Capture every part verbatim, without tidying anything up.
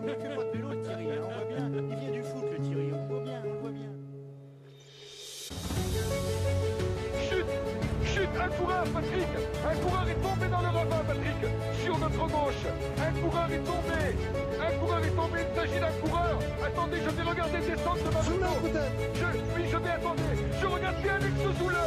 Il fait pas de vélo, le Thierry, hein, on voit bien. Il vient du foot, le Thierry, on le voit bien, on le voit bien. Chute, chute, un coureur, Patrick. Un coureur est tombé dans le ravin, Patrick. Sur notre gauche, un coureur est tombé. Un coureur est tombé, il s'agit d'un coureur. Attendez, je vais regarder descendre de ma moto. Je, oui, je vais attendre. Je regarde bien Alex Zoule.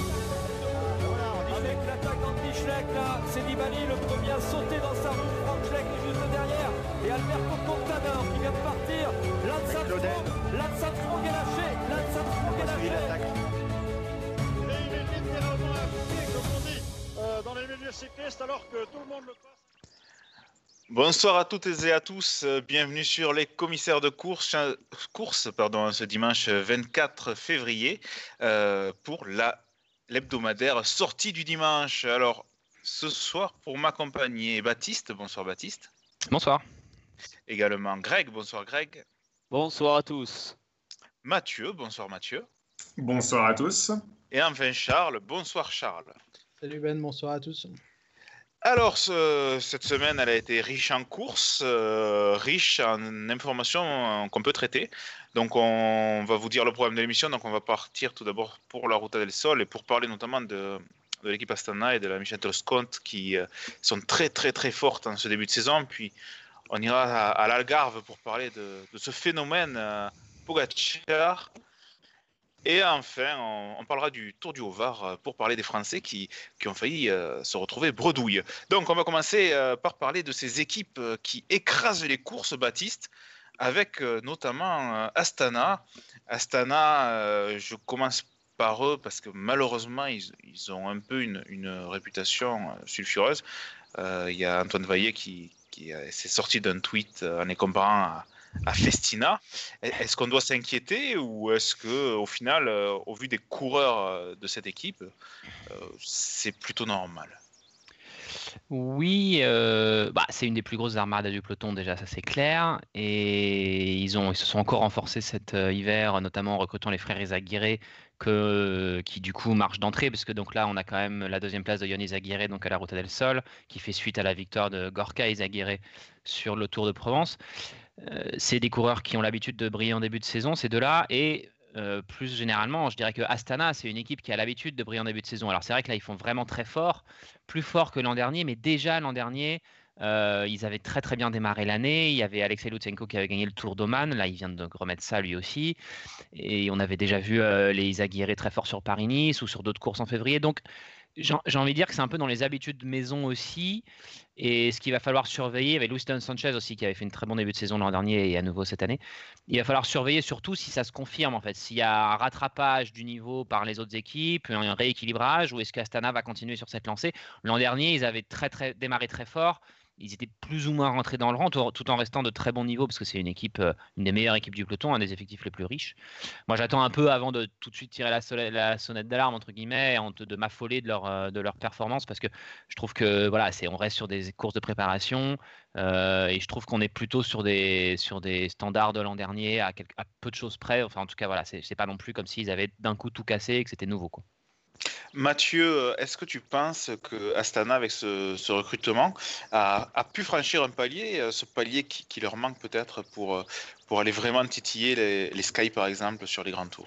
Avec l'attaque d'Andy Schleck, là, c'est Nibali, le premier à sauter dans sa roue. Franck Schleck est juste derrière. Et Alberto Contador qui vient de partir. Lance Armstrong, Lance Armstrong est lâché. Lance Armstrong est lâché. Et il est littéralement à pied, comme on dit, euh, dans les milieux cyclistes, alors que tout le monde le passe. Bonsoir à toutes et à tous, bienvenue sur les commissaires de course, course pardon, ce dimanche vingt-quatre février euh, pour la l'hebdomadaire sortie du dimanche. Alors ce soir pour m'accompagner Baptiste, bonsoir Baptiste. Bonsoir. Également Greg, bonsoir Greg. Bonsoir à tous. Mathieu, bonsoir Mathieu. Bonsoir à tous. Et enfin Charles, bonsoir Charles. Salut Ben, bonsoir à tous. Alors, ce, cette semaine, elle a été riche en courses, euh, riche en informations qu'on peut traiter. Donc, on va vous dire le programme de l'émission. Donc, on va partir tout d'abord pour la Ruta del Sol et pour parler notamment de, de l'équipe Astana et de la Michel-Troscont qui euh, sont très, très, très fortes en ce début de saison. Puis, on ira à, à l'Algarve pour parler de, de ce phénomène euh, Pogacar. Et enfin, on, on parlera du Tour du Haut-Var pour parler des Français qui, qui ont failli euh, se retrouver bredouilles. Donc, on va commencer euh, par parler de ces équipes euh, qui écrasent les courses, Baptiste, avec euh, notamment euh, Astana. Astana, euh, je commence par eux parce que malheureusement, ils, ils ont un peu une, une réputation euh, sulfureuse. Euh, Il y a Antoine Vaillet qui, qui euh, s'est sorti d'un tweet euh, en les comparant à à Festina. Est-ce qu'on doit s'inquiéter ou est-ce que, au final, euh, au vu des coureurs euh, de cette équipe, euh, c'est plutôt normal? Oui, euh, bah, c'est une des plus grosses armades du peloton déjà, ça c'est clair. Et ils, ont, ils se sont encore renforcés cet euh, hiver, notamment en recrutant les frères Izaguirre, que, qui du coup marchent d'entrée, parce que donc là on a quand même la deuxième place de Ion Izaguirre, donc à la Ruta del Sol, qui fait suite à la victoire de Gorka Izaguirre sur le Tour de Provence. Euh, c'est des coureurs qui ont l'habitude de briller en début de saison, ces deux-là, et euh, plus généralement, je dirais que Astana, c'est une équipe qui a l'habitude de briller en début de saison. Alors c'est vrai que là, ils font vraiment très fort, plus fort que l'an dernier, mais déjà l'an dernier, euh, ils avaient très très bien démarré l'année. Il y avait Alexei Lutsenko qui avait gagné le Tour d'Oman, là il vient de remettre ça lui aussi, et on avait déjà vu euh, les Izaguirre très forts sur Paris-Nice ou sur d'autres courses en février, donc j'ai envie de dire que c'est un peu dans les habitudes de maison aussi. Et ce qu'il va falloir surveiller, il y avait Luiston Sanchez aussi qui avait fait une très bon début de saison l'an dernier et à nouveau cette année. Il va falloir surveiller surtout si ça se confirme en fait, s'il y a un rattrapage du niveau par les autres équipes, un rééquilibrage, ou est-ce qu'Astana va continuer sur cette lancée. L'an dernier, ils avaient très, très, démarré très fort. Ils étaient plus ou moins rentrés dans le rang tout en restant de très bon niveau parce que c'est une équipe, une des meilleures équipes du peloton, un des effectifs les plus riches. Moi, j'attends un peu avant de tout de suite tirer la, sole- la sonnette d'alarme entre guillemets, de, de m'affoler de leur, de leur performance parce que je trouve que voilà, c'est, on reste sur des courses de préparation euh, et je trouve qu'on est plutôt sur des, sur des standards de l'an dernier à, quelque, à peu de choses près. Enfin, en tout cas, voilà, c'est, c'est pas non plus comme s'ils avaient d'un coup tout cassé et que c'était nouveau, quoi. Mathieu, est-ce que tu penses que Astana, avec ce, ce recrutement, a, a pu franchir un palier, ce palier qui, qui leur manque peut-être pour, pour aller vraiment titiller les, les Sky, par exemple, sur les grands tours?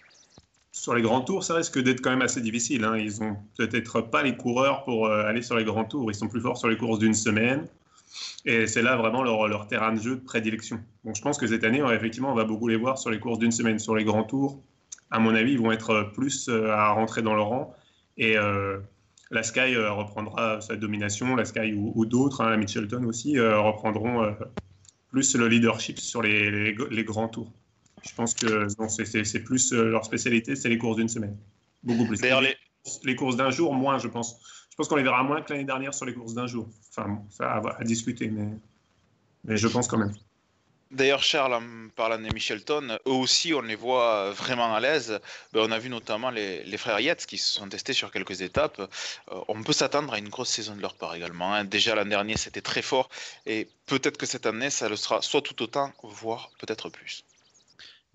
Sur les grands tours, ça risque d'être quand même assez difficile, hein. Ils n'ont peut-être pas les coureurs pour aller sur les grands tours. Ils sont plus forts sur les courses d'une semaine. Et c'est là vraiment leur, leur terrain de jeu de prédilection. Donc je pense que cette année, effectivement, on va beaucoup les voir sur les courses d'une semaine. Sur les grands tours, à mon avis, ils vont être plus à rentrer dans le rang. Et euh, la Sky euh, reprendra sa domination, la Sky ou, ou d'autres, hein, la Mitchelton aussi, euh, reprendront euh, plus le leadership sur les, les, les grands tours. Je pense que non, c'est, c'est, c'est plus euh, leur spécialité, c'est les courses d'une semaine. Beaucoup plus. D'ailleurs, les... les courses d'un jour, moins, je pense. Je pense qu'on les verra moins que l'année dernière sur les courses d'un jour. Enfin, ça à, à discuter, mais, mais je pense quand même. D'ailleurs, Charles, en parlant de Michelton, eux aussi, on les voit vraiment à l'aise. Ben, on a vu notamment les, les frères Yates qui se sont testés sur quelques étapes. Euh, on peut s'attendre à une grosse saison de leur part également, hein. Déjà, l'an dernier, c'était très fort. Et peut-être que cette année, ça le sera soit tout autant, voire peut-être plus.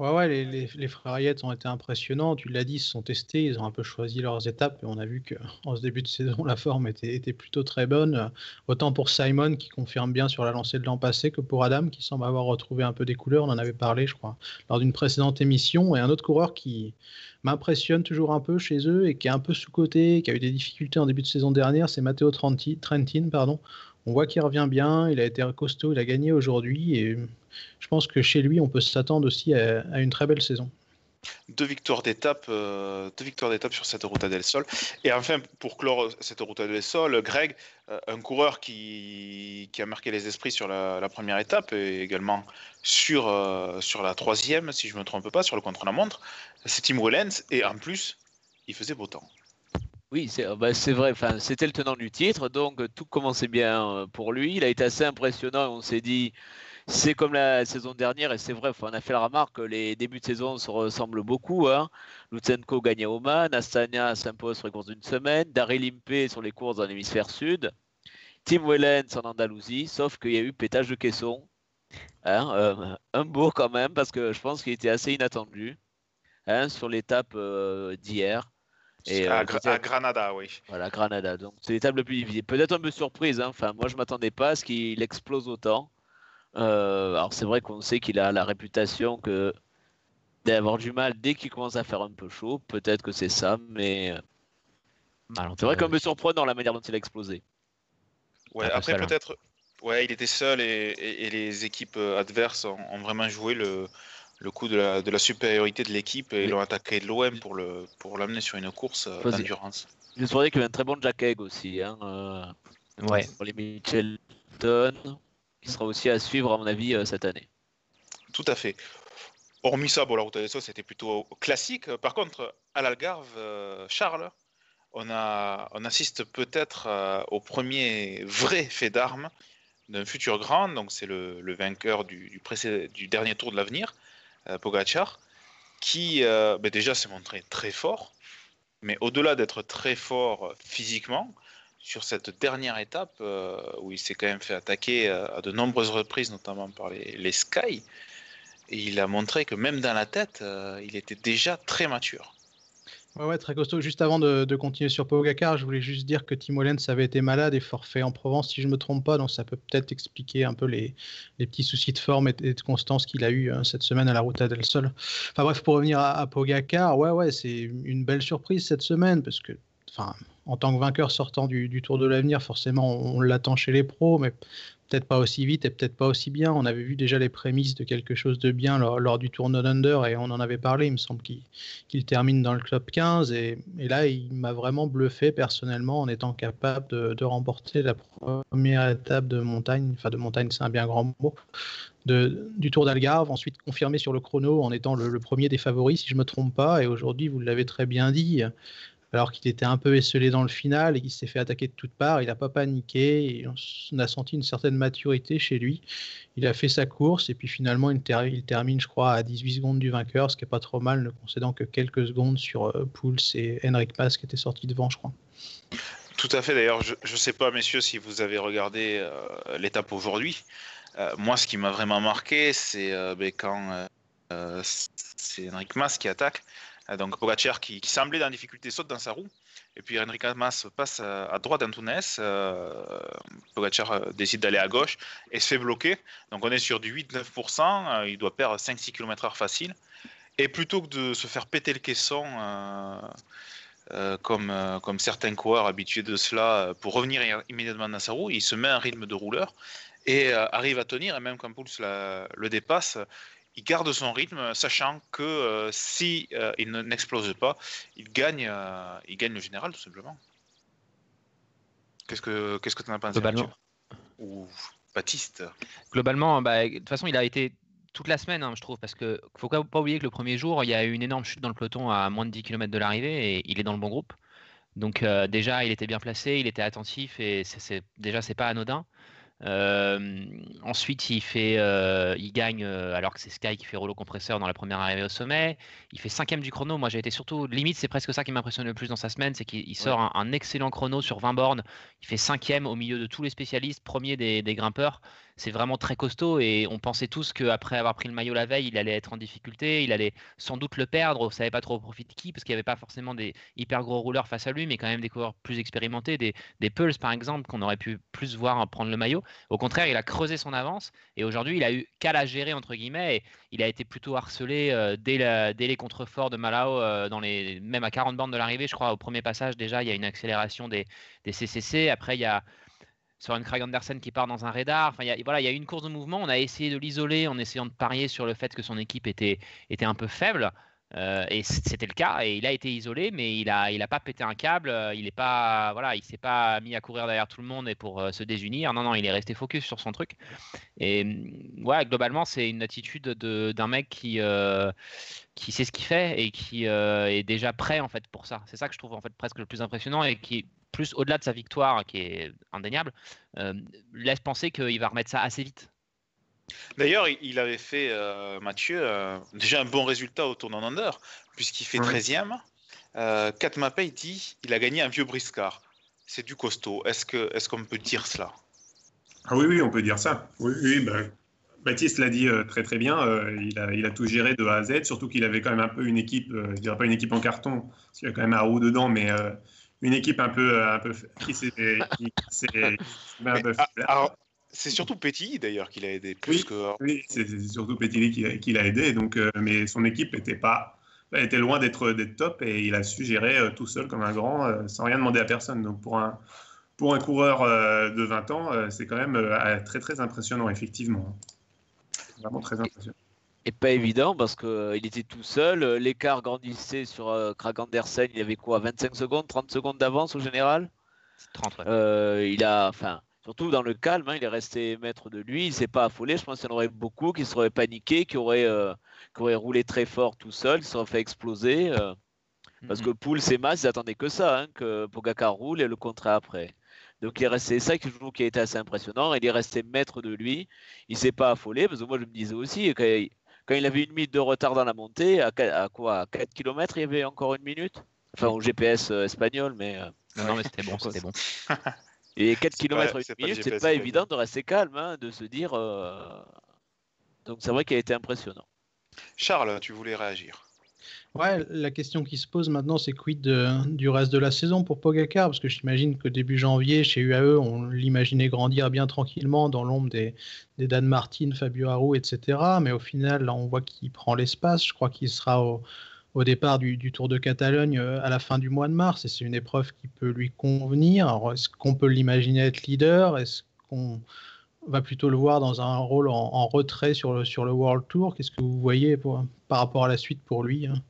Ouais, ouais, les, les, les frères Yates ont été impressionnants. Tu l'as dit, ils se sont testés, ils ont un peu choisi leurs étapes. Et on a vu qu'en ce début de saison, la forme était, était plutôt très bonne. Autant pour Simon, qui confirme bien sur la lancée de l'an passé, que pour Adam, qui semble avoir retrouvé un peu des couleurs. On en avait parlé, je crois, lors d'une précédente émission. Et un autre coureur qui m'impressionne toujours un peu chez eux et qui est un peu sous-coté, qui a eu des difficultés en début de saison dernière, c'est Matteo Trentin, Trentin, pardon. On voit qu'il revient bien, il a été costaud, il a gagné aujourd'hui et je pense que chez lui, on peut s'attendre aussi à, à une très belle saison. Deux victoires d'étape, euh, deux victoires d'étape sur cette Ruta del Sol. Et enfin, pour clore cette Ruta del Sol, Greg, euh, un coureur qui, qui a marqué les esprits sur la, la première étape et également sur, euh, sur la troisième, si je ne me trompe pas, sur le contre-la-montre, c'est Tim Wellens. Et en plus, il faisait beau temps. Oui, c'est bah, c'est vrai, enfin, c'était le tenant du titre, donc tout commençait bien pour lui. Il a été assez impressionnant, on s'est dit, c'est comme la saison dernière, et c'est vrai, on a fait la remarque que les débuts de saison se ressemblent beaucoup. Hein. Lutsenko gagne à Oman, Astana s'impose sur les courses d'une semaine, Daryl Impey sur les courses dans l'hémisphère sud, Tim Wellens en Andalousie, sauf qu'il y a eu pétage de caisson. Hein, euh, un beau quand même, parce que je pense qu'il était assez inattendu hein, sur l'étape euh, d'hier. Et à, euh, Gra- à Granada, oui. Voilà, Granada. Donc c'est l'étape la plus difficile. Peut-être un peu surprise. Hein. Enfin, moi, je m'attendais pas à ce qu'il explose autant. Euh, alors c'est vrai qu'on sait qu'il a la réputation que d'avoir du mal dès qu'il commence à faire un peu chaud. Peut-être que c'est ça, mais alors, c'est vrai qu'un peu surprenant la manière dont il a explosé. Ouais. Ah, après peut-être, ouais, il était seul et, et, et les équipes adverses ont, ont vraiment joué le. le coup de la, de la supériorité de l'équipe et oui. Ils l'ont attaqué de l'O M pour, le, pour l'amener sur une course euh, d'endurance. Je me souviens qu'il y avait un très bon Jack Egg aussi. Hein, euh, ouais. Pour les Mitchelton, qui sera aussi à suivre à mon avis euh, cette année. Tout à fait. Hormis ça, bon, la Ruta del Sol c'était plutôt classique. Par contre, à l'Algarve, euh, Charles, on, a, on assiste peut-être euh, au premier vrai fait d'armes d'un futur grand. Donc c'est le, le vainqueur du, du, précé- du dernier Tour de l'Avenir. Pogacar, qui euh, ben déjà s'est montré très fort, mais au-delà d'être très fort physiquement, sur cette dernière étape euh, où il s'est quand même fait attaquer euh, à de nombreuses reprises, notamment par les, les Sky, et il a montré que même dans la tête, euh, il était déjà très mature. Ouais, ouais, très costaud. Juste avant de, de continuer sur Pogacar, je voulais juste dire que Tim Wellens avait été malade et forfait en Provence, si je ne me trompe pas. Donc ça peut peut-être expliquer un peu les, les petits soucis de forme et, et de constance qu'il a eu hein, cette semaine à la Ruta del Sol. Enfin bref, pour revenir à, à Pogacar, ouais, ouais, c'est une belle surprise cette semaine parce que, enfin, en tant que vainqueur sortant du, du Tour de l'Avenir, forcément, on, on l'attend chez les pros, mais peut-être pas aussi vite et peut-être pas aussi bien. On avait vu déjà les prémices de quelque chose de bien lors, lors du Tour Down Under et on en avait parlé. Il me semble qu'il, qu'il termine dans le top quinze et, et là, il m'a vraiment bluffé personnellement en étant capable de, de remporter la première étape de montagne. Enfin, de montagne, c'est un bien grand mot. De, du Tour d'Algarve, ensuite confirmé sur le chrono en étant le, le premier des favoris, si je ne me trompe pas. Et aujourd'hui, vous l'avez très bien dit, alors qu'il était un peu esselé dans le final et qu'il s'est fait attaquer de toutes parts, il n'a pas paniqué, et on a senti une certaine maturité chez lui. Il a fait sa course et puis finalement il, ter- il termine, je crois, à dix-huit secondes du vainqueur, ce qui n'est pas trop mal, ne concédant que quelques secondes sur euh, Pouls et Henrik Mas qui étaient sortis devant, je crois. Tout à fait, d'ailleurs, je ne sais pas, messieurs, si vous avez regardé euh, l'étape aujourd'hui. Euh, moi, ce qui m'a vraiment marqué, c'est euh, ben, quand euh, c'est Henrik Mas qui attaque. Donc Pogacar qui, qui semblait dans la difficulté saute dans sa roue et puis Henrik Mas passe à, à droite d'Antunes, euh, Pogacar euh, décide d'aller à gauche et se fait bloquer, donc on est sur du huit à neuf pour cent, euh, il doit perdre cinq à six kilomètres heure facile et plutôt que de se faire péter le caisson euh, euh, comme, euh, comme certains coureurs habitués de cela pour revenir immédiatement dans sa roue, il se met un rythme de rouleur et euh, arrive à tenir et même quand Pouls la, le dépasse, il garde son rythme, sachant que euh, si euh, il n'explose pas, il gagne, euh, il gagne le général tout simplement. Qu'est-ce que qu'est-ce que tu en as pensé, globalement ou Baptiste? Globalement, bah, de toute façon, il a été toute la semaine, hein, je trouve, parce que faut pas oublier que le premier jour, il y a eu une énorme chute dans le peloton à moins de dix kilomètres de l'arrivée et il est dans le bon groupe. Donc euh, déjà, il était bien placé, il était attentif et c'est, c'est, déjà, c'est pas anodin. Euh, ensuite, il fait, euh, il gagne euh, alors que c'est Sky qui fait rouleau compresseur dans la première arrivée au sommet. Il fait cinquième du chrono. Moi, j'ai été surtout limite, c'est presque ça qui m'impressionne le plus dans sa semaine, c'est qu'il il sort ouais. un, un excellent chrono sur vingt bornes. Il fait cinquième au milieu de tous les spécialistes, premier des, des grimpeurs. c'est vraiment très costaud et on pensait tous qu'après avoir pris le maillot la veille, il allait être en difficulté, il allait sans doute le perdre, on ne savait pas trop au profit de qui parce qu'il n'y avait pas forcément des hyper gros rouleurs face à lui, mais quand même des coureurs plus expérimentés, des, des Pulse par exemple, qu'on aurait pu plus voir prendre le maillot. Au contraire, il a creusé son avance et aujourd'hui, il a eu qu'à la gérer entre guillemets et il a été plutôt harcelé euh, dès, la, dès les contreforts de Malao, euh, dans les, même à quarante bornes de l'arrivée, je crois, au premier passage déjà, il y a une accélération des, des C C C, après il y a Søren Kragh Andersen qui part dans un radar. Enfin, il y a, voilà, il y a eu une course de mouvement. On a essayé de l'isoler en essayant de parier sur le fait que son équipe était, était un peu faible. Euh, et c'était le cas. Et il a été isolé, mais il n'a il a pas pété un câble. Il est pas, voilà, il s'est pas mis à courir derrière tout le monde et pour euh, se désunir. Non, non, il est resté focus sur son truc. Et ouais, globalement, c'est une attitude de, d'un mec qui, euh, qui sait ce qu'il fait et qui euh, est déjà prêt en fait pour ça. C'est ça que je trouve en fait presque le plus impressionnant et qui plus au-delà de sa victoire, qui est indéniable, euh, laisse penser qu'il va remettre ça assez vite. D'ailleurs, il avait fait, euh, Mathieu, euh, déjà un bon résultat au tournoi d'Under, puisqu'il fait treizième. Euh, Kat Mapei dit qu'il a gagné un vieux briscard. C'est du costaud. Est-ce que, est-ce qu'on peut dire cela? Ah oui, oui, on peut dire ça. Oui, oui, bah, Baptiste l'a dit euh, très très bien. Euh, il, a, il a tout géré de A à Z, surtout qu'il avait quand même un peu une équipe, euh, je dirais pas une équipe en carton, parce qu'il y a quand même un roue dedans, mais... Euh, une équipe un peu, un peu qui s'est un peu c'est surtout Petit d'ailleurs qui l'a aidé plus oui, que. Oui, c'est surtout Petit qui, qui l'a aidé. Donc, euh, mais son équipe était pas, était loin d'être d'être top et il a su gérer euh, tout seul comme un grand, euh, sans rien demander à personne. Donc pour un pour un coureur euh, de vingt ans, euh, c'est quand même euh, très très impressionnant effectivement. Vraiment très impressionnant. Et pas évident parce qu'il euh, était tout seul. L'écart grandissait sur euh, Kragh Andersen. Il avait quoi, vingt-cinq secondes, trente secondes d'avance au général. trente, ouais. euh, Il a, enfin, surtout dans le calme, hein, il est resté maître de lui. Il ne s'est pas affolé. Je pense qu'il y en aurait beaucoup qui seraient paniqués, qui auraient, euh, qui auraient roulé très fort tout seul, qui se seraient fait exploser. Euh, mm-hmm. Parce que Pouls et Mas, ils attendaient que ça, hein, que Pogacar roule et le contraire après. Donc il est resté, ça qui, je trouve qui a été assez impressionnant. Il est resté maître de lui. Il ne s'est pas affolé parce que moi je me disais aussi quand il, quand il avait une minute de retard dans la montée, à, à quoi, à quatre kilomètres, il y avait encore une minute. Enfin au G P S euh, espagnol, mais euh, non, non mais c'était bon, c'était bon. Et quatre kilomètres une minute, c'est pas évident de rester calme, hein, de se dire. Euh... Donc c'est vrai qu'il a été impressionnant. Charles, tu voulais réagir? Ouais, la question qui se pose maintenant, c'est quid de, du reste de la saison pour Pogacar, parce que j'imagine que début janvier, chez U A E, on l'imaginait grandir bien tranquillement dans l'ombre des, des Dan Martin, Fabio Aru, et cetera. Mais au final, là, on voit qu'il prend l'espace. Je crois qu'il sera au, au départ du, du Tour de Catalogne à la fin du mois de mars, et c'est une épreuve qui peut lui convenir. Alors, est-ce qu'on peut l'imaginer être leader? Est-ce qu'on va plutôt le voir dans un rôle en, en retrait sur le, sur le World Tour? Qu'est-ce que vous voyez pour, par rapport à la suite pour lui, hein?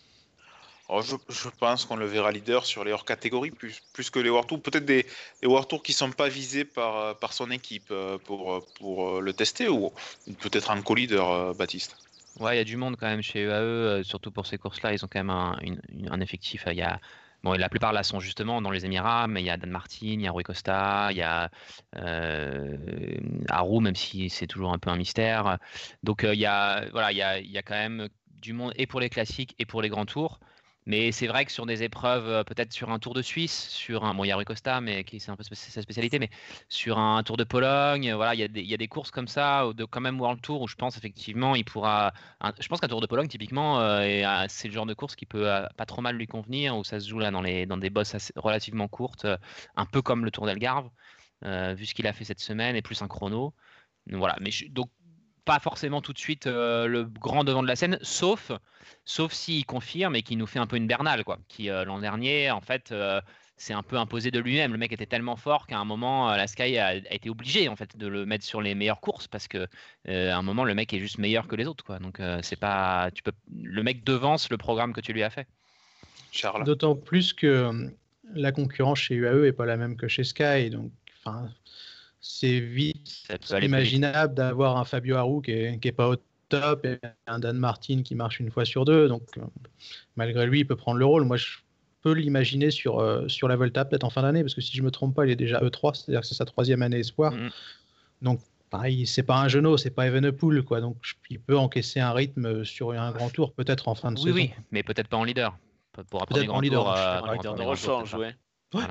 Oh, je, je pense qu'on le verra leader sur les hors-catégories, plus, plus que les World Tours. Peut-être des, des World Tours qui ne sont pas visés par, par son équipe pour, pour le tester, ou peut-être un co-leader, Baptiste. Ouais, il y a du monde quand même chez U A E, surtout pour ces courses-là. Ils ont quand même un, une, un effectif. Il y a, bon, la plupart là sont justement dans les Émirats, mais il y a Dan Martin, il y a Rui Costa, il y a euh, Aru, même si c'est toujours un peu un mystère. Donc euh, il, y a, voilà, il, y a, il y a quand même du monde et pour les classiques et pour les grands tours. Mais c'est vrai que sur des épreuves, peut-être sur un Tour de Suisse, sur un, bon, il y a Rui Costa, mais qui c'est un peu sa spécialité, mais sur un Tour de Pologne, voilà, il y a des, il y a des courses comme ça, de quand même World Tour où je pense effectivement il pourra. Un, je pense qu'un Tour de Pologne typiquement, euh, et, euh, c'est le genre de course qui peut euh, pas trop mal lui convenir, où ça se joue là dans les dans des bosses assez, relativement courtes, euh, un peu comme le Tour d'Algarve, euh, vu ce qu'il a fait cette semaine et plus un chrono. Donc, voilà, mais je, donc pas forcément tout de suite euh, le grand devant de la scène, sauf sauf s'il confirme et qu'il nous fait un peu une Bernal, quoi. Qui euh, l'an dernier, en fait, euh, s'est un peu imposé de lui-même. Le mec était tellement fort qu'à un moment, euh, la Sky a, a été obligé en fait de le mettre sur les meilleures courses parce que euh, à un moment, le mec est juste meilleur que les autres, quoi. Donc euh, c'est pas, tu peux, le mec devance le programme que tu lui as fait. Charles. D'autant plus que la concurrence chez U A E est pas la même que chez Sky, donc enfin. C'est vite imaginable d'avoir un Fabio Aru qui est, qui est pas au top et un Dan Martin qui marche une fois sur deux. Donc, euh, malgré lui, il peut prendre le rôle. Moi, je peux l'imaginer sur, euh, sur la Volta, peut-être en fin d'année, parce que si je me trompe pas, il est déjà E trois, c'est-à-dire que c'est sa troisième année espoir. Mmh. Donc, pareil, c'est pas un genou, c'est pas Evenepoel, quoi. Donc, je, il peut encaisser un rythme sur un grand tour, peut-être en fin de oui, saison. Oui, mais peut-être pas en leader. Pour un peut-être grand en leader, tour, euh, en leader de rechange, ouais. Voilà.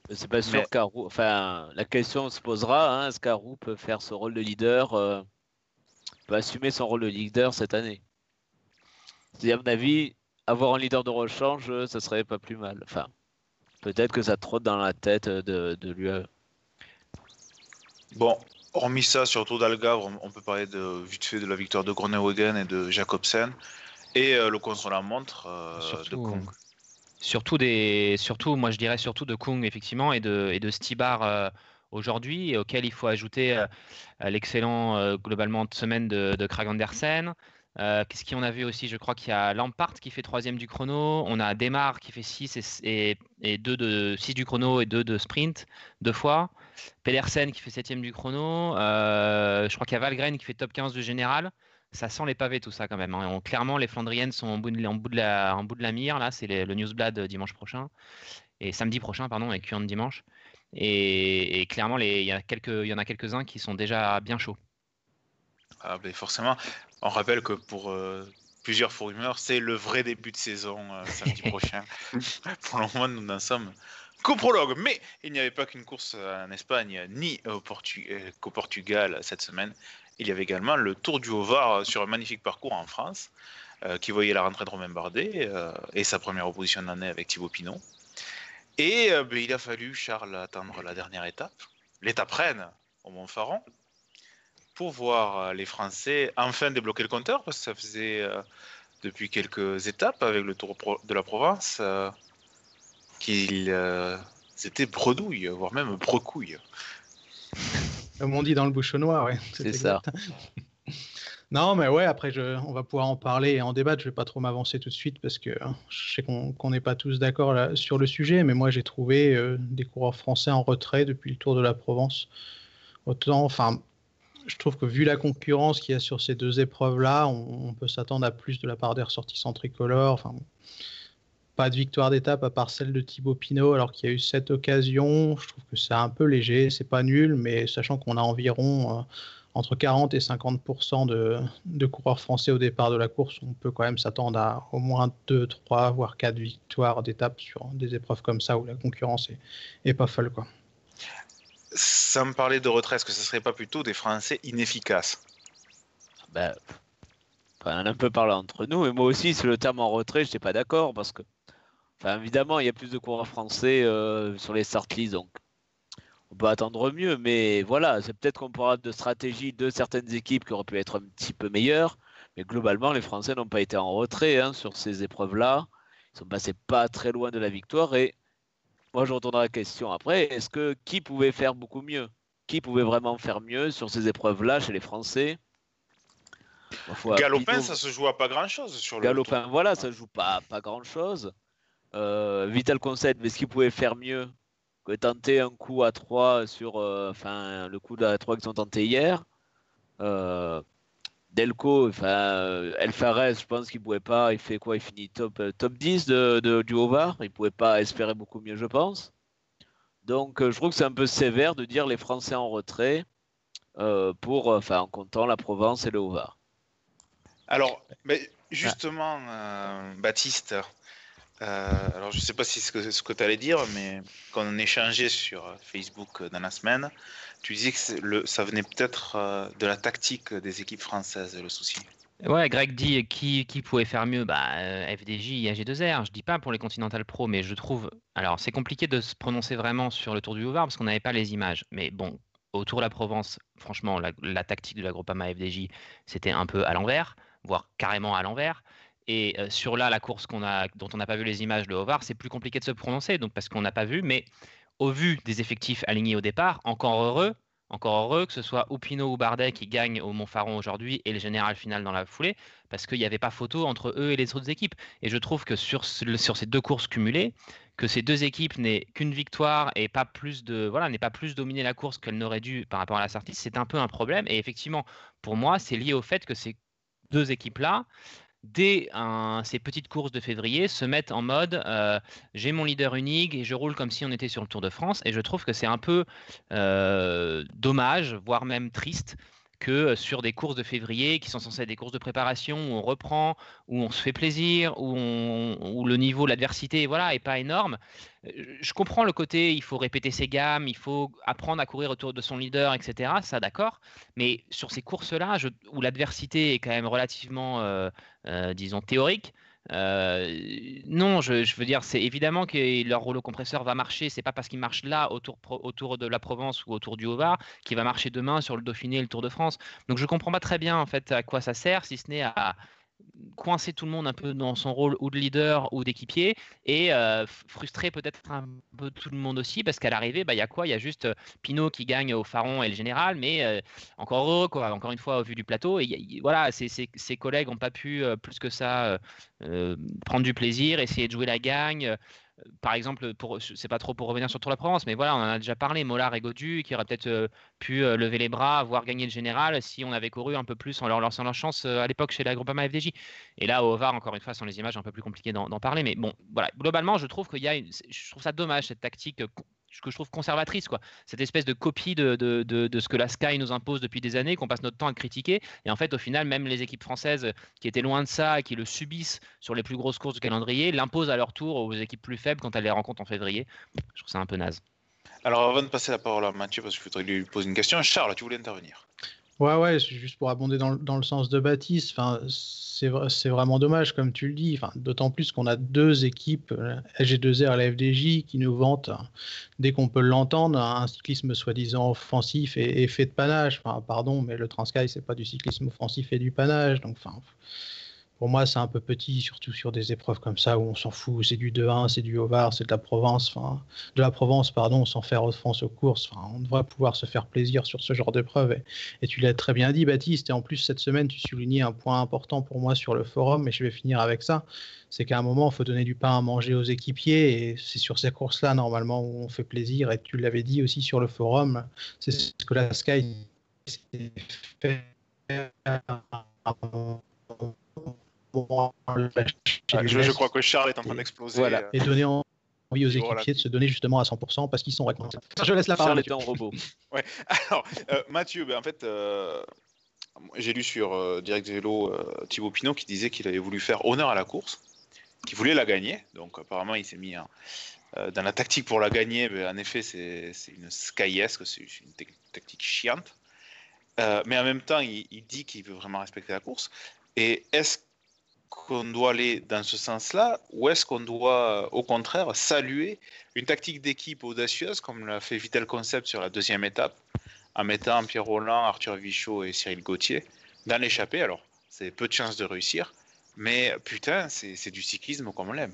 C'est pas sûr Mais- qu'Arou. Enfin, la question se posera, hein, est-ce qu'Arou peut faire ce rôle de leader, euh, peut assumer son rôle de leader cette année? C'est à mon avis, avoir un leader de rechange, euh, ça serait pas plus mal. Enfin, peut-être que ça trotte dans la tête de, de l'U A E. Bon, hormis ça, sur le Tour d'Algarve, on, on peut parler de, vite fait de la victoire de Groenewegen et de Jacobsen. Et euh, le contre-la-montre euh, de Surtout, Kung. surtout des, surtout, moi je dirais surtout de Kung effectivement et de et de Stibar euh, aujourd'hui, et auquel il faut ajouter euh, l'excellent euh, globalement de semaine de, de Krag Andersen. Euh, Qu'est-ce qu'on a vu aussi? Je crois qu'il y a Lampart qui fait troisième du chrono. On a Demar qui fait six et, et, et deux de six du chrono et deux de sprint deux fois. Pedersen qui fait septième du chrono. Euh, je crois qu'il y a Valgren qui fait top quinze du général. Ça sent les pavés tout ça quand même, hein. On- clairement, les Flandriennes sont en bout de, en bout de, la, en bout de la mire. Là, c'est les- le Newsblad euh, dimanche prochain. Et samedi prochain, pardon, et Q un de dimanche. Et, et clairement, les- il y, a quelques- il y en a quelques-uns qui sont déjà bien chauds. Ah, ben forcément, on rappelle que pour euh, plusieurs fourrumeurs, c'est le vrai début de saison euh, samedi prochain. Pour le moment, nous n'en sommes qu'au prologue. Mais il n'y avait pas qu'une course en Espagne ni au Portu- euh, qu'au Portugal cette semaine. Il y avait également le Tour du Haut-Var sur un magnifique parcours en France, euh, qui voyait la rentrée de Romain Bardet euh, et sa première opposition de l'année avec Thibaut Pinot. Et euh, ben, il a fallu, Charles, attendre la dernière étape, l'étape Rennes au Montfaron, pour voir euh, les Français enfin débloquer le compteur, parce que ça faisait euh, depuis quelques étapes avec le Tour Pro- de la Provence euh, qu'ils euh, étaient bredouilles, voire même brecouilles. Comme on dit dans le bouchonnois, ouais. C'est ça. exact. Non, mais ouais, après, je, on va pouvoir en parler et en débattre. Je vais pas trop m'avancer tout de suite parce que hein, je sais qu'on qu'on n'est pas tous d'accord là, sur le sujet, mais moi, j'ai trouvé euh, des coureurs français en retrait depuis le Tour de la Provence. Autant, enfin, je trouve que vu la concurrence qu'il y a sur ces deux épreuves-là, on, on peut s'attendre à plus de la part des ressortissants tricolores. Enfin, pas de victoire d'étape à part celle de Thibaut Pinot, alors qu'il y a eu cette occasion. Je trouve que c'est un peu léger, c'est pas nul, mais sachant qu'on a environ euh, entre quarante et cinquante pour cent de, de coureurs français au départ de la course, on peut quand même s'attendre à au moins deux, trois, voire quatre victoires d'étape sur des épreuves comme ça où la concurrence est, est pas folle, quoi. Sans me parler de retrait, est-ce que ce serait pas plutôt des Français inefficaces? Ben, enfin, on en a un peu parlé entre nous, et moi aussi, sur le terme en retrait, je n'étais pas d'accord parce que, enfin, évidemment, il y a plus de coureurs français euh, sur les start lists, donc on peut attendre mieux, mais voilà, c'est peut-être qu'on parlera de stratégie de certaines équipes qui auraient pu être un petit peu meilleures, mais globalement, les Français n'ont pas été en retrait hein, sur ces épreuves-là. Ils sont passés pas très loin de la victoire, et moi, je retournerai la question après, est-ce que qui pouvait faire beaucoup mieux? Qui pouvait vraiment faire mieux sur ces épreuves-là chez les Français? Parfois, Galopin, Pinot- ça se joue à pas grand-chose sur le Galopin, Tour. voilà, ça joue pas, pas grand-chose. Euh, Vital Concept, mais est-ce qu'il pouvait faire mieux que tenter un coup à trois sur euh, enfin, le coup à trois qu'ils ont tenté hier? euh, Delco, enfin, euh, El Fares, je pense qu'il pouvait pas. Il fait quoi? Il finit top, euh, top dix de, de- du Haut-Var. Il pouvait pas espérer beaucoup mieux, je pense. Donc, euh, je trouve que c'est un peu sévère de dire les Français en retrait euh, pour, euh, enfin, en comptant la Provence et le Haut-Var. Alors, mais justement, euh, Baptiste, euh, alors je sais pas si c'est ce que, ce que tu allais dire, mais quand on échangeait sur Facebook dans la semaine, tu disais que c'est le, ça venait peut-être euh, de la tactique des équipes françaises, le souci. Ouais, Greg dit qui, qui pouvait faire mieux? Bah, euh, F D J, A G deux R. Je dis pas pour les Continental Pro, mais je trouve. Alors, c'est compliqué de se prononcer vraiment sur le Tour du Haut-Var parce qu'on n'avait pas les images. Mais bon, au Tour de la Provence, franchement, la, la tactique de la Groupama F D J, c'était un peu à l'envers, voire carrément à l'envers. Et euh, sur là, la course qu'on a, dont on n'a pas vu les images, le Haut-Var, c'est plus compliqué de se prononcer, donc parce qu'on n'a pas vu. Mais au vu des effectifs alignés au départ, encore heureux. Encore heureux que ce soit ou Pinot ou Bardet qui gagnent au Montfaron aujourd'hui et le général final dans la foulée, parce qu'il n'y avait pas photo entre eux et les autres équipes. Et je trouve que sur, ce- sur ces deux courses cumulées, que ces deux équipes n'aient qu'une victoire et pas plus de voilà, n'aient pas plus dominé la course qu'elles n'auraient dû par rapport à la sortie, c'est un peu un problème. Et effectivement, pour moi, c'est lié au fait que ces deux équipes-là, dès un- ces petites courses de février, se mettent en mode euh, j'ai mon leader unique et je roule comme si on était sur le Tour de France. Et je trouve que c'est un peu euh, dommage, voire même triste, que sur des courses de février qui sont censées être des courses de préparation où on reprend, où on se fait plaisir, où, on, où le niveau, l'adversité, voilà, est pas énorme. Je comprends le côté, il faut répéter ses gammes, il faut apprendre à courir autour de son leader, et cetera. Ça, d'accord. Mais sur ces courses-là, je, où l'adversité est quand même relativement, euh, euh, disons, théorique, Euh, non, je, je veux dire, c'est évidemment que leur rouleau compresseur va marcher. C'est pas parce qu'il marche là autour, autour de la Provence ou autour du Haut-Var qu'il va marcher demain sur le Dauphiné et le Tour de France. Donc je comprends pas très bien en fait à quoi ça sert, si ce n'est à coincer tout le monde un peu dans son rôle ou de leader ou d'équipier et euh, frustrer peut-être un peu tout le monde aussi, parce qu'à l'arrivée, bah, y a quoi? Il y a juste euh, Pinot qui gagne au Faron et le Général, mais euh, encore heureux, quoi, encore une fois au vu du plateau. Et y, y, voilà, ses, ses, ses collègues n'ont pas pu euh, plus que ça euh, euh, prendre du plaisir, essayer de jouer la gagne. Euh, par exemple, pour, c'est pas trop pour revenir sur Tour de la Provence, mais voilà, on en a déjà parlé, Mollard et Gaudu qui auraient peut-être euh, pu euh, lever les bras, voire gagner le Général si on avait couru un peu plus en leur lançant leur chance euh, à l'époque chez la Groupama F D J. Et là, au Var, encore une fois, sont les images un peu plus compliquées d'en, d'en parler. Mais bon, voilà, globalement, je trouve qu'il y a une, je trouve ça dommage, cette tactique que je trouve conservatrice, quoi. Cette espèce de copie de, de, de, de ce que la Sky nous impose depuis des années, qu'on passe notre temps à critiquer. Et en fait, au final, même les équipes françaises qui étaient loin de ça et qui le subissent sur les plus grosses courses du calendrier, l'imposent à leur tour aux équipes plus faibles quand elles les rencontrent en février. Je trouve ça un peu naze. Alors, avant de passer la parole à Mathieu, parce qu'il faudrait lui poser une question, Charles, tu voulais intervenir? Ouais, ouais, juste pour abonder dans, dans le sens de Baptiste, enfin, c'est, c'est vraiment dommage, comme tu le dis, enfin, d'autant plus qu'on a deux équipes, L G deux R et la F D J, qui nous vantent, dès qu'on peut l'entendre, un cyclisme soi-disant offensif et, et fait de panache. Enfin, pardon, mais le Transky, c'est pas du cyclisme offensif et du panache, donc enfin... Pour moi, c'est un peu petit, surtout sur des épreuves comme ça où on s'en fout. C'est du deux un, c'est du Haut-Var, c'est de la Provence, enfin, de la Provence, pardon, sans faire offense aux courses. Enfin, on devrait pouvoir se faire plaisir sur ce genre d'épreuve. Et, et tu l'as très bien dit, Baptiste. Et en plus, cette semaine, tu soulignais un point important pour moi sur le forum, et je vais finir avec ça. C'est qu'à un moment, il faut donner du pain à manger aux équipiers. Et c'est sur ces courses-là, normalement, où on fait plaisir. Et tu l'avais dit aussi sur le forum, c'est ce que la Sky s'est fait. Ah, je, je crois que Charles est en train d'exploser. Voilà. Et donner envie aux équipiers de se donner justement à cent pour cent parce qu'ils sont récompensés. Je laisse la parole. Charles était en robot. Ouais. Alors, euh, Mathieu, ben, en fait, euh, j'ai lu sur euh, Direct Vélo euh, Thibaut Pinot qui disait qu'il avait voulu faire honneur à la course, qu'il voulait la gagner. Donc, apparemment, il s'est mis hein, euh, dans la tactique pour la gagner. Ben, en effet, c'est, c'est une Sky-esque, c'est une t- tactique chiante. Euh, mais en même temps, il, il dit qu'il veut vraiment respecter la course. Et est-ce qu'on doit aller dans ce sens-là ou est-ce qu'on doit au contraire saluer une tactique d'équipe audacieuse comme l'a fait Vital Concept sur la deuxième étape en mettant Pierre Rolland, Arthur Vichot et Cyril Gauthier dans l'échappée? Alors c'est peu de chances de réussir, mais putain c'est, c'est du cyclisme comme on l'aime.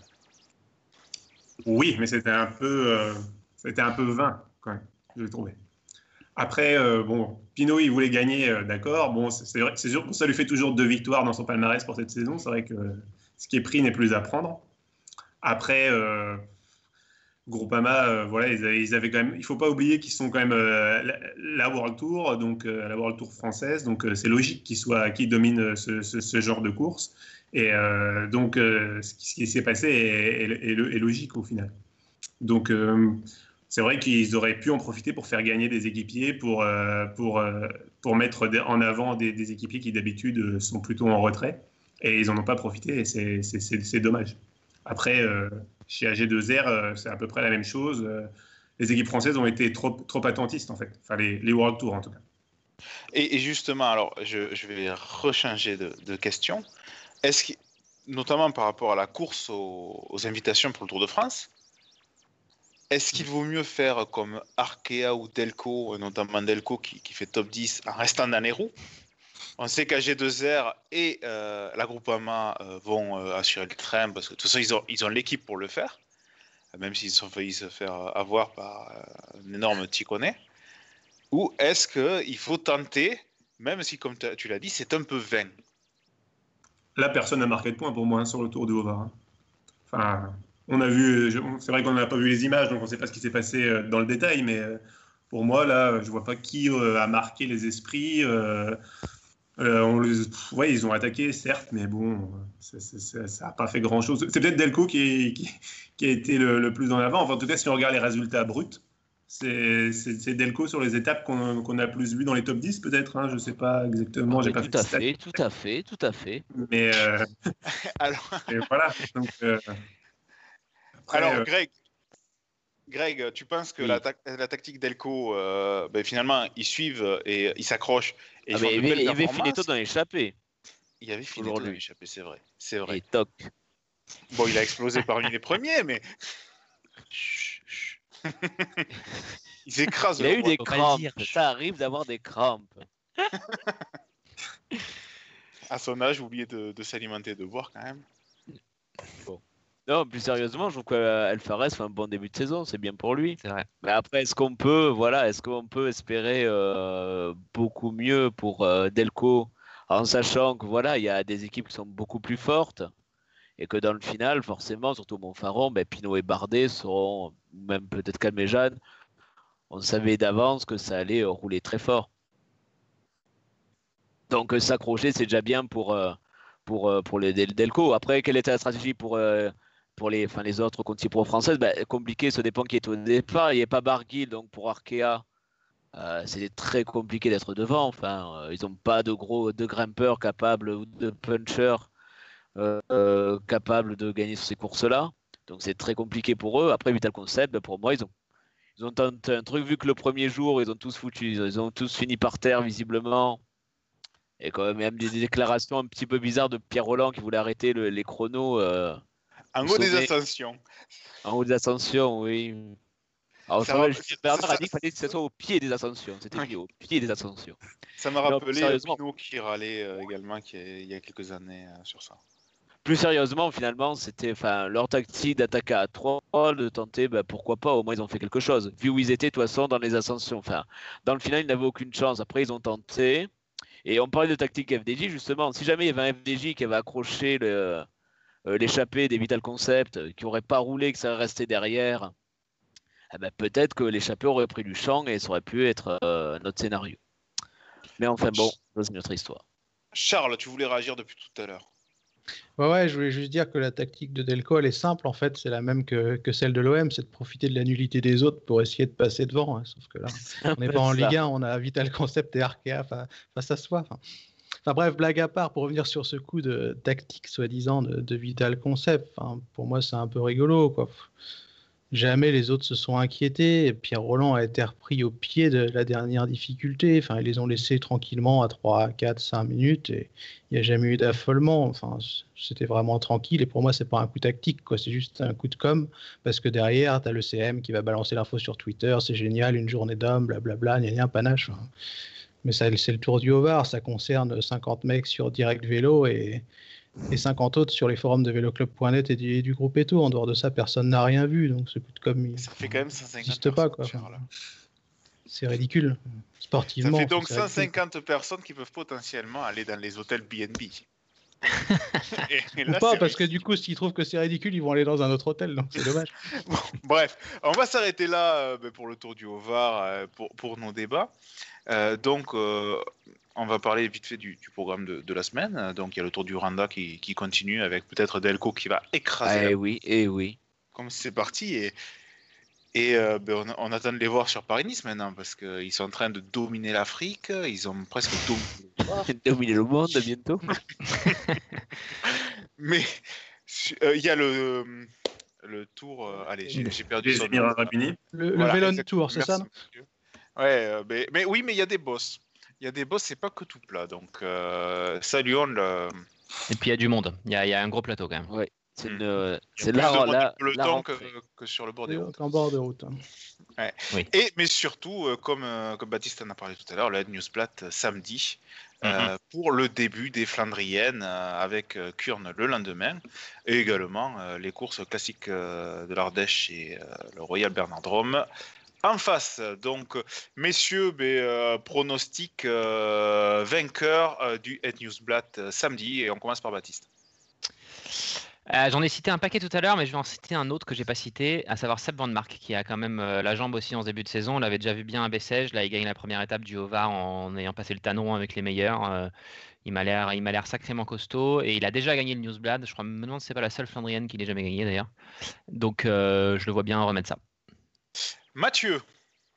Oui, mais c'était un peu euh, c'était un peu vain quand même, je trouvé. Après, euh, bon, Pinot, il voulait gagner, euh, d'accord. Bon, c'est, c'est, vrai, c'est sûr que ça lui fait toujours deux victoires dans son palmarès pour cette saison. C'est vrai que euh, ce qui est pris n'est plus à prendre. Après, euh, Groupama, euh, voilà, ils avaient, ils avaient quand même. Il ne faut pas oublier qu'ils sont quand même euh, la, la World Tour, donc euh, la World Tour française. Donc euh, c'est logique qu'ils soient, qu'ils dominent ce, ce, ce genre de course. Et euh, donc, euh, ce, qui, ce qui s'est passé est, est, est, est logique au final. Donc euh, c'est vrai qu'ils auraient pu en profiter pour faire gagner des équipiers, pour, euh, pour, euh, pour mettre en avant des, des équipiers qui d'habitude sont plutôt en retrait. Et ils n'en ont pas profité et c'est, c'est, c'est, c'est dommage. Après, euh, chez A G deux R, euh, c'est à peu près la même chose. Euh, les équipes françaises ont été trop, trop attentistes, en fait. Enfin, les, les World Tour, en tout cas. Et, et justement, alors, je, je vais rechanger de, de question. Est-ce que, notamment par rapport à la course aux, aux invitations pour le Tour de France, est-ce qu'il vaut mieux faire comme Arkea ou Delco, notamment Delco qui, qui fait top dix en restant dans les roues? On sait qu'A G deux R et euh, la Groupama euh, vont euh, assurer le train parce que de toute façon ils ont, ils ont l'équipe pour le faire, même s'ils ont failli se faire avoir par euh, un énorme Ticonnet. Ou est-ce qu'il faut tenter, même si comme tu l'as dit, c'est un peu vain? Là, personne n'a marqué de point pour moi hein, sur le Tour du Haut-Var. Hein. Enfin, on a vu, c'est vrai qu'on n'a pas vu les images, donc on ne sait pas ce qui s'est passé dans le détail, mais pour moi, là, je ne vois pas qui a marqué les esprits. Euh, Euh, on les, ouais, ils ont attaqué, certes, mais bon, ça n'a pas fait grand-chose. C'est peut-être Delco qui, est, qui, qui a été le, le plus en avant. Enfin, en tout cas, si on regarde les résultats bruts, c'est, c'est, c'est Delco sur les étapes qu'on, qu'on a plus vu dans les top dix, peut-être. Hein, je ne sais pas exactement. Ah, j'ai mais pas tout à fait, fait, tout à fait, tout à fait. Mais euh, Alors, et voilà. Donc, euh, après, alors euh, Greg, Greg, tu penses que Oui. la, ta- la tactique d'Elco, euh, ben, finalement, ils suivent et ils s'accrochent et ils Ah, font mais de il y avait, belles il y avait performances. Finetto dans l'échappée. Il y avait Finetto Aujourd'hui. dans l'échappée, c'est vrai. C'est vrai. Et toc. Bon, il a explosé parmi les premiers, mais. Chut, chut. Ils écrasent Il a le eu roi. des faut pas le crampes. dire. Ça arrive d'avoir des crampes. À son âge, oubliez de, de s'alimenter de boire quand même. Non, plus sérieusement, je trouve qu'Alfarez fait un bon début de saison, c'est bien pour lui. C'est vrai. Mais après, est-ce qu'on peut, voilà, est-ce qu'on peut espérer euh, beaucoup mieux pour euh, Delco, en sachant que voilà, il y a des équipes qui sont beaucoup plus fortes et que dans le final, forcément, surtout Montfaron, ben, Pinot et Bardet seront, même peut-être Calmejane, on savait d'avance que ça allait euh, rouler très fort. Donc euh, s'accrocher, c'est déjà bien pour, euh, pour, euh, pour les Del- Delco. Après, quelle était la stratégie pour, euh, pour les, enfin, les autres contre pro françaises? Ben, compliqué, ça dépend qui est au départ. Il n'y a pas Barguil, donc pour Arkea, euh, c'était très compliqué d'être devant. Enfin, euh, ils n'ont pas de gros de grimpeurs capables ou de punchers euh, euh, capables de gagner sur ces courses-là. Donc c'est très compliqué pour eux. Après, Vital Concept, ben, pour moi, ils ont, ils ont tenté un truc, vu que le premier jour, ils ont tous foutu, ils ont tous fini par terre, visiblement. Et quand même des déclarations un petit peu bizarres de Pierre Roland qui voulait arrêter le- les chronos euh, En au haut des sommet. ascensions. En haut des ascensions, oui. Alors, Ça ça, va- va, Bernard ça- a dit qu'il fallait que ce soit au pied des ascensions. C'était Oui. dit au pied des ascensions. Ça m'a Non, rappelé plus sérieusement. Pinot qui râlait euh, également qui est- il y a quelques années euh, sur ça. Plus sérieusement, finalement, c'était enfin, leur tactique d'attaquer à trois, de tenter, bah, pourquoi pas, au moins ils ont fait quelque chose. Vu où ils étaient, de toute façon, dans les ascensions. Enfin, dans le final, ils n'avaient aucune chance. Après, ils ont tenté. Et on parlait de tactique F D J, justement. Si jamais il y avait un F D J qui avait accroché le, euh, l'échappée des Vital Concept, euh, qui n'aurait pas roulé, que ça serait resté derrière, eh ben, peut-être que l'échappée aurait pris du champ et ça aurait pu être euh, notre scénario. Mais enfin bon, c'est une autre histoire. Charles, tu voulais réagir depuis tout à l'heure. Ouais, ouais, je voulais juste dire que la tactique de Delco, elle est simple, en fait, c'est la même que, que celle de l'O M, c'est de profiter de la nullité des autres pour essayer de passer devant. Hein, sauf que là, on n'est pas en Ligue un, on a Vital Concept et Arkea fa- face à soi. Enfin, enfin, bref, blague à part, pour revenir sur ce coup de tactique soi-disant de, de Vital Concept, enfin, pour moi, c'est un peu rigolo, quoi. Jamais les autres se sont inquiétés. Et Pierre Roland a été repris au pied de la dernière difficulté. Enfin, ils les ont laissés tranquillement à trois, quatre, cinq minutes et il n'y a jamais eu d'affolement. Enfin, c'était vraiment tranquille. Et pour moi, c'est pas un coup tactique, quoi. C'est juste un coup de com' parce que derrière, tu as le C M qui va balancer l'info sur Twitter. C'est génial, une journée d'homme, blablabla, gna gna, panache. Enfin, mais ça, c'est le Tour du Haut-Var. Ça concerne cinquante mecs sur Direct Vélo et. et cinquante autres sur les forums de véloclub point net et du, et du groupe Eto. En dehors de ça, personne n'a rien vu. Donc ce coup de com', il Ça fait quand même cent cinquante n'existe pas, quoi. personnes, Charles. C'est ridicule. Sportivement. Ça fait donc c'est cent ridicule. cinquante personnes qui peuvent potentiellement aller dans les hôtels B and B. Et- et Ou là, pas, c'est parce que risqué. du coup, s'ils trouvent que c'est ridicule, ils vont aller dans un autre hôtel. Donc c'est dommage. Bon, bref, on va s'arrêter là euh, ben, pour le tour du Haut-Var, euh, pour, pour nos débats. Euh, donc, euh, on va parler vite fait du, du programme de, de la semaine. Euh, Donc, il y a le tour du Rwanda qui, qui continue avec peut-être Delco qui va écraser. Eh la- oui, eh oui. Comme c'est parti. Et, et euh, ben, on, on attend de les voir sur Paris-Nice maintenant parce qu'ils sont en train de dominer l'Afrique. Ils ont presque dominé. Dominer le monde bientôt. Mais euh, il y a le, le tour. euh, allez, j'ai j'ai perdu Les son Émirats nom. Arabes Unis. Le, le Voilà, Vélon exactement. Tour, c'est Merci, ça, non monsieur. Ouais, euh, mais, mais oui, mais il y a des boss. Il y a des boss, c'est pas que tout plat. Donc, euh, saluons le. Et puis il y a du monde. Il y a, il y a un gros plateau quand même. C'est Hmm. une, euh, Il y a c'est plus là, de monde là, sur le la temps que, rentrée. que sur le bord des routes. En bord de route. hein. Et mais surtout, euh, comme, euh, comme Baptiste en a parlé tout à l'heure, le Newsblatt euh, samedi euh, pour le début des Flandriennes euh, avec euh, Kurn le lendemain et également euh, les courses classiques euh, de l'Ardèche et euh, le Royal Bernardrum en face. Donc, messieurs, ben, euh, pronostic euh, vainqueur euh, du Het Newsblatt euh, samedi et on commence par Baptiste. Euh, J'en ai cité un paquet tout à l'heure, mais je vais en citer un autre que j'ai pas cité, à savoir Seb Van Mark, qui a quand même euh, la jambe aussi en ce début de saison. On l'avait déjà vu bien à Bessèges. Là, il gagne la première étape du Haut-Var en ayant passé le tanneron avec les meilleurs. Euh, il m'a l'air, il m'a l'air sacrément costaud et il a déjà gagné le Newsblad. Je crois, me demande si c'est pas la seule Flandrienne qu'il ait jamais gagné d'ailleurs. Donc, euh, je le vois bien remettre ça. Mathieu.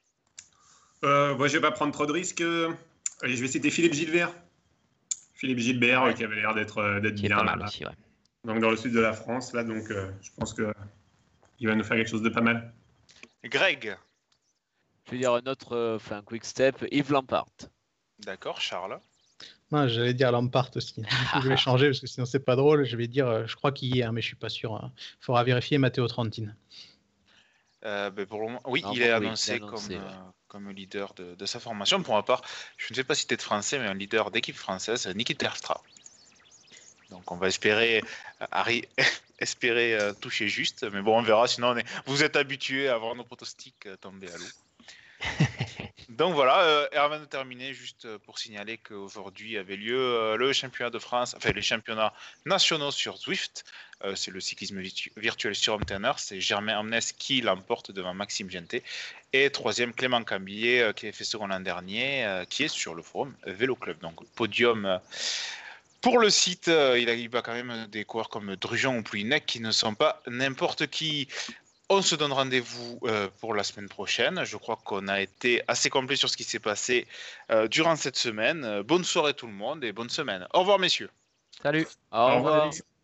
Euh, moi, je vais pas prendre trop de risques. Allez, je vais citer Philippe Gilbert. Philippe Gilbert, ouais. qui avait l'air d'être euh, d'être bien là. Aussi, ouais. Donc dans le sud de la France, là, donc euh, je pense que il va nous faire quelque chose de pas mal. Greg. Je vais dire un autre, enfin, euh, quick step, Yves Lampart. D'accord, Charles. Non, j'allais dire Lampart aussi. Je vais changer parce que sinon c'est pas drôle. Je vais dire, euh, je crois qu'il y est, hein, mais je suis pas sûr. Il hein. faudra vérifier Matteo Trentin. Euh, ben pour le moment, oui, non, il, bon, est oui, annoncé il est annoncé comme, ouais. euh, comme leader de, de sa formation. Pour ma part, je ne sais pas si tu es français, mais un leader d'équipe française, Niki Terpstra. Donc on va espérer, Harry, espérer euh, toucher juste. Mais bon, on verra. Sinon, on est... vous êtes habitués à voir nos pronostics euh, tomber à l'eau. Donc voilà, euh, et avant de terminer, juste pour signaler qu'aujourd'hui avait lieu euh, le championnat de France, enfin les championnats nationaux sur Zwift. Euh, c'est le cyclisme virtu- virtuel sur home trainer. C'est Germain Amnes qui l'emporte devant Maxime Gentet. Et troisième, Clément Cambillet euh, qui a fait second l'an dernier, euh, qui est sur le forum Vélo Club. Donc podium euh, pour le site. Euh, il, a, il bat quand même des coureurs comme Drujon ou Poulinec qui ne sont pas n'importe qui. On se donne rendez-vous euh, pour la semaine prochaine. Je crois qu'on a été assez complet sur ce qui s'est passé euh, durant cette semaine. Euh, bonne soirée tout le monde et bonne semaine. Au revoir messieurs. Salut. Au revoir.